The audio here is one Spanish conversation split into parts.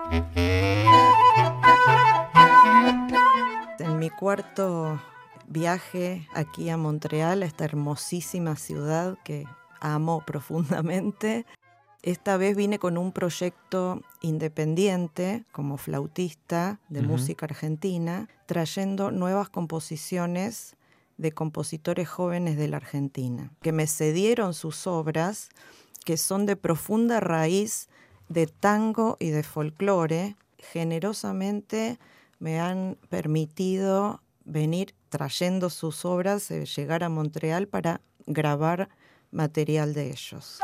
En mi cuarto viaje aquí a Montreal, a esta hermosísima ciudad que amo profundamente, esta vez vine con un proyecto independiente como flautista de música argentina, trayendo nuevas composiciones de compositores jóvenes de la Argentina, que me cedieron sus obras, que son de profunda raíz de tango y de folclore. Generosamente me han permitido venir trayendo sus obras, llegar a Montreal para grabar material de ellos.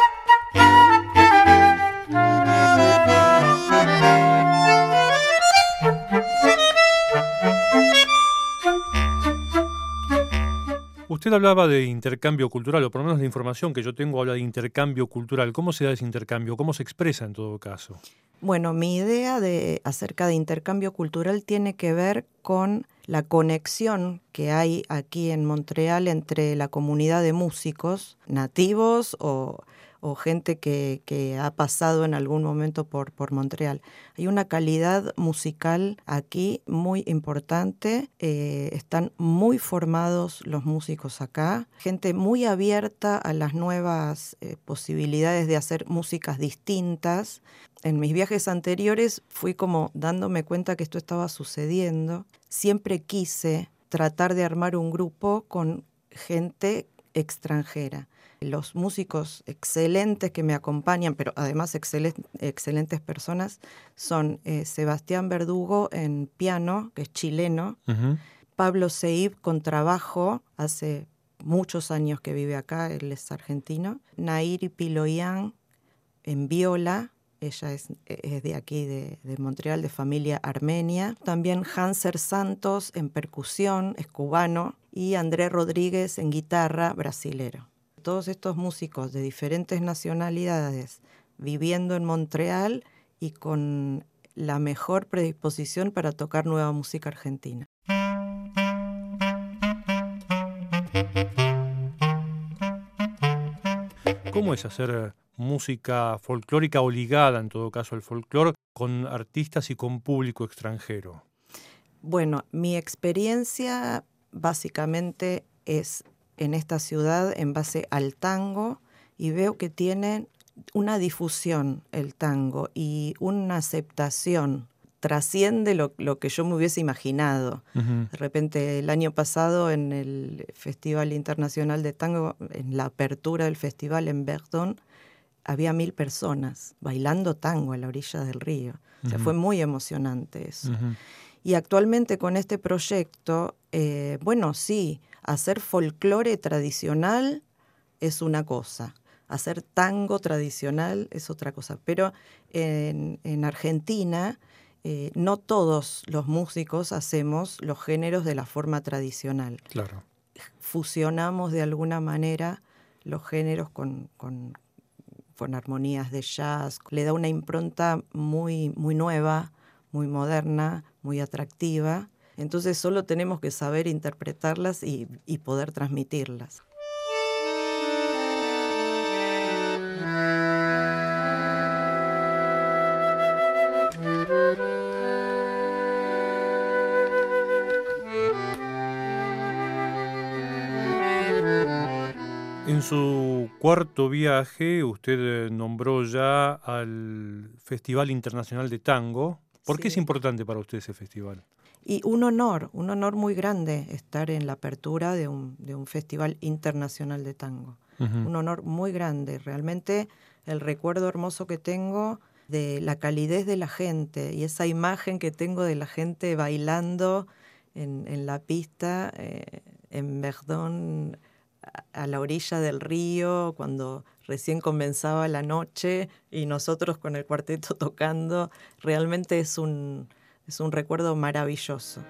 Usted hablaba de intercambio cultural, o por lo menos la información que yo tengo habla de intercambio cultural. ¿Cómo se da ese intercambio? ¿Cómo se expresa en todo caso? Bueno, mi idea acerca de intercambio cultural tiene que ver con la conexión que hay aquí en Montreal entre la comunidad de músicos nativos o gente que ha pasado en algún momento por Montreal. Hay una calidad musical aquí muy importante, están muy formados los músicos acá, gente muy abierta a las nuevas posibilidades de hacer músicas distintas. En mis viajes anteriores fui como dándome cuenta que esto estaba sucediendo. Siempre quise tratar de armar un grupo con gente extranjera. Los músicos excelentes que me acompañan, pero además excelentes personas, son Sebastián Verdugo en piano, que es chileno, Pablo Seib con trabajo, hace muchos años que vive acá, él es argentino, Nairi Piloyan en viola, ella es de aquí, de Montreal, de familia armenia. También Hanser Santos en percusión, es cubano, y Andrés Rodríguez en guitarra, brasilero. Todos estos músicos de diferentes nacionalidades viviendo en Montreal y con la mejor predisposición para tocar nueva música argentina. ¿Cómo es hacer música folclórica o ligada, en todo caso, al folclore, con artistas y con público extranjero? Bueno, mi experiencia básicamente es en esta ciudad en base al tango y veo que tiene una difusión el tango y una aceptación. Trasciende lo que yo me hubiese imaginado. De repente, el año pasado en el Festival Internacional de Tango, en la apertura del festival en Verdun, había 1.000 personas bailando tango a la orilla del río. O sea, fue muy emocionante eso. Y actualmente con este proyecto, bueno, sí, hacer folclore tradicional es una cosa, hacer tango tradicional es otra cosa. Pero en Argentina no todos los músicos hacemos los géneros de la forma tradicional. Claro. Fusionamos de alguna manera los géneros con armonías de jazz. Le da una impronta muy, muy nueva, muy moderna, muy atractiva. Entonces solo tenemos que saber interpretarlas y poder transmitirlas. En su cuarto viaje, usted nombró ya al Festival Internacional de Tango. ¿Por qué es importante para usted ese festival? Y un honor muy grande estar en la apertura de un Festival Internacional de Tango. Un honor muy grande. Realmente el recuerdo hermoso que tengo de la calidez de la gente y esa imagen que tengo de la gente bailando en la pista en Verdun, a la orilla del río, cuando recién comenzaba la noche y nosotros con el cuarteto tocando, realmente es un recuerdo maravilloso.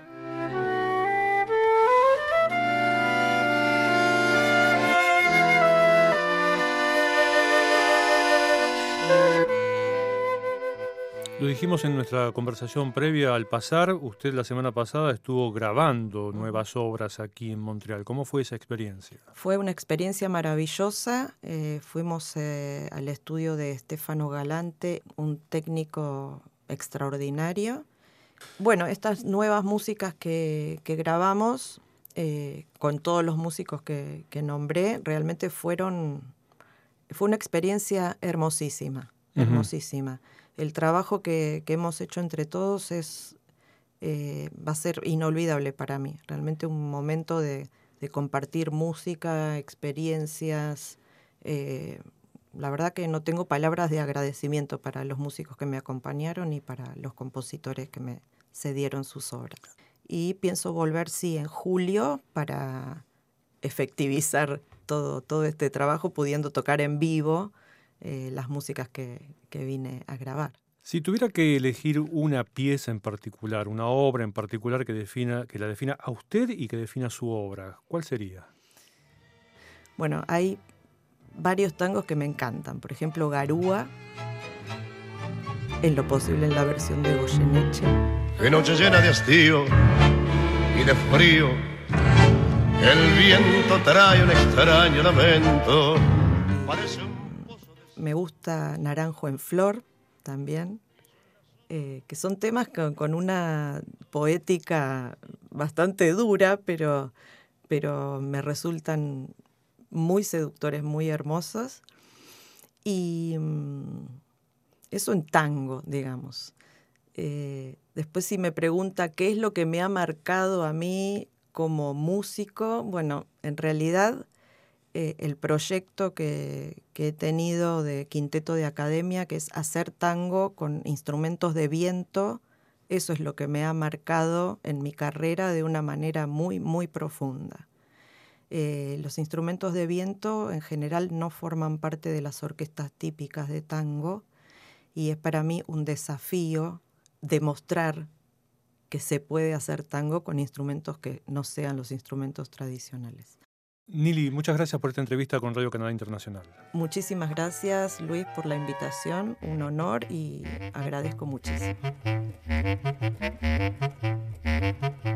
Lo dijimos en nuestra conversación previa al pasar, usted la semana pasada estuvo grabando nuevas obras aquí en Montreal. ¿Cómo fue esa experiencia? Fue una experiencia maravillosa. Fuimos al estudio de Stefano Galante, un técnico extraordinario. Bueno, estas nuevas músicas que grabamos con todos los músicos que nombré, realmente fue una experiencia hermosísima, hermosísima. El trabajo que hemos hecho entre todos va a ser inolvidable para mí. Realmente un momento de compartir música, experiencias. La verdad que no tengo palabras de agradecimiento para los músicos que me acompañaron y para los compositores que me cedieron sus obras. Y pienso volver, sí, en julio para efectivizar todo este trabajo, pudiendo tocar en vivo las músicas que vine a grabar. Si tuviera que elegir una pieza en particular, una obra en particular que la defina a usted y que defina su obra, ¿cuál sería? Bueno, hay varios tangos que me encantan. Por ejemplo, Garúa, en lo posible en la versión de Goyeneche. Qué noche llena de hastío y de frío, el viento trae un extraño lamento. Me gusta Naranjo en Flor también, que son temas con una poética bastante dura, pero me resultan muy seductores, muy hermosos. Y eso en tango, digamos. Después, si me pregunta qué es lo que me ha marcado a mí como músico, bueno, en realidad el proyecto que he tenido de Quinteto de Academia, que es hacer tango con instrumentos de viento, eso es lo que me ha marcado en mi carrera de una manera muy, muy profunda. Los instrumentos de viento en general no forman parte de las orquestas típicas de tango y es para mí un desafío demostrar que se puede hacer tango con instrumentos que no sean los instrumentos tradicionales. Nili, muchas gracias por esta entrevista con Radio Canadá Internacional. Muchísimas gracias, Luis, por la invitación. Un honor y agradezco muchísimo.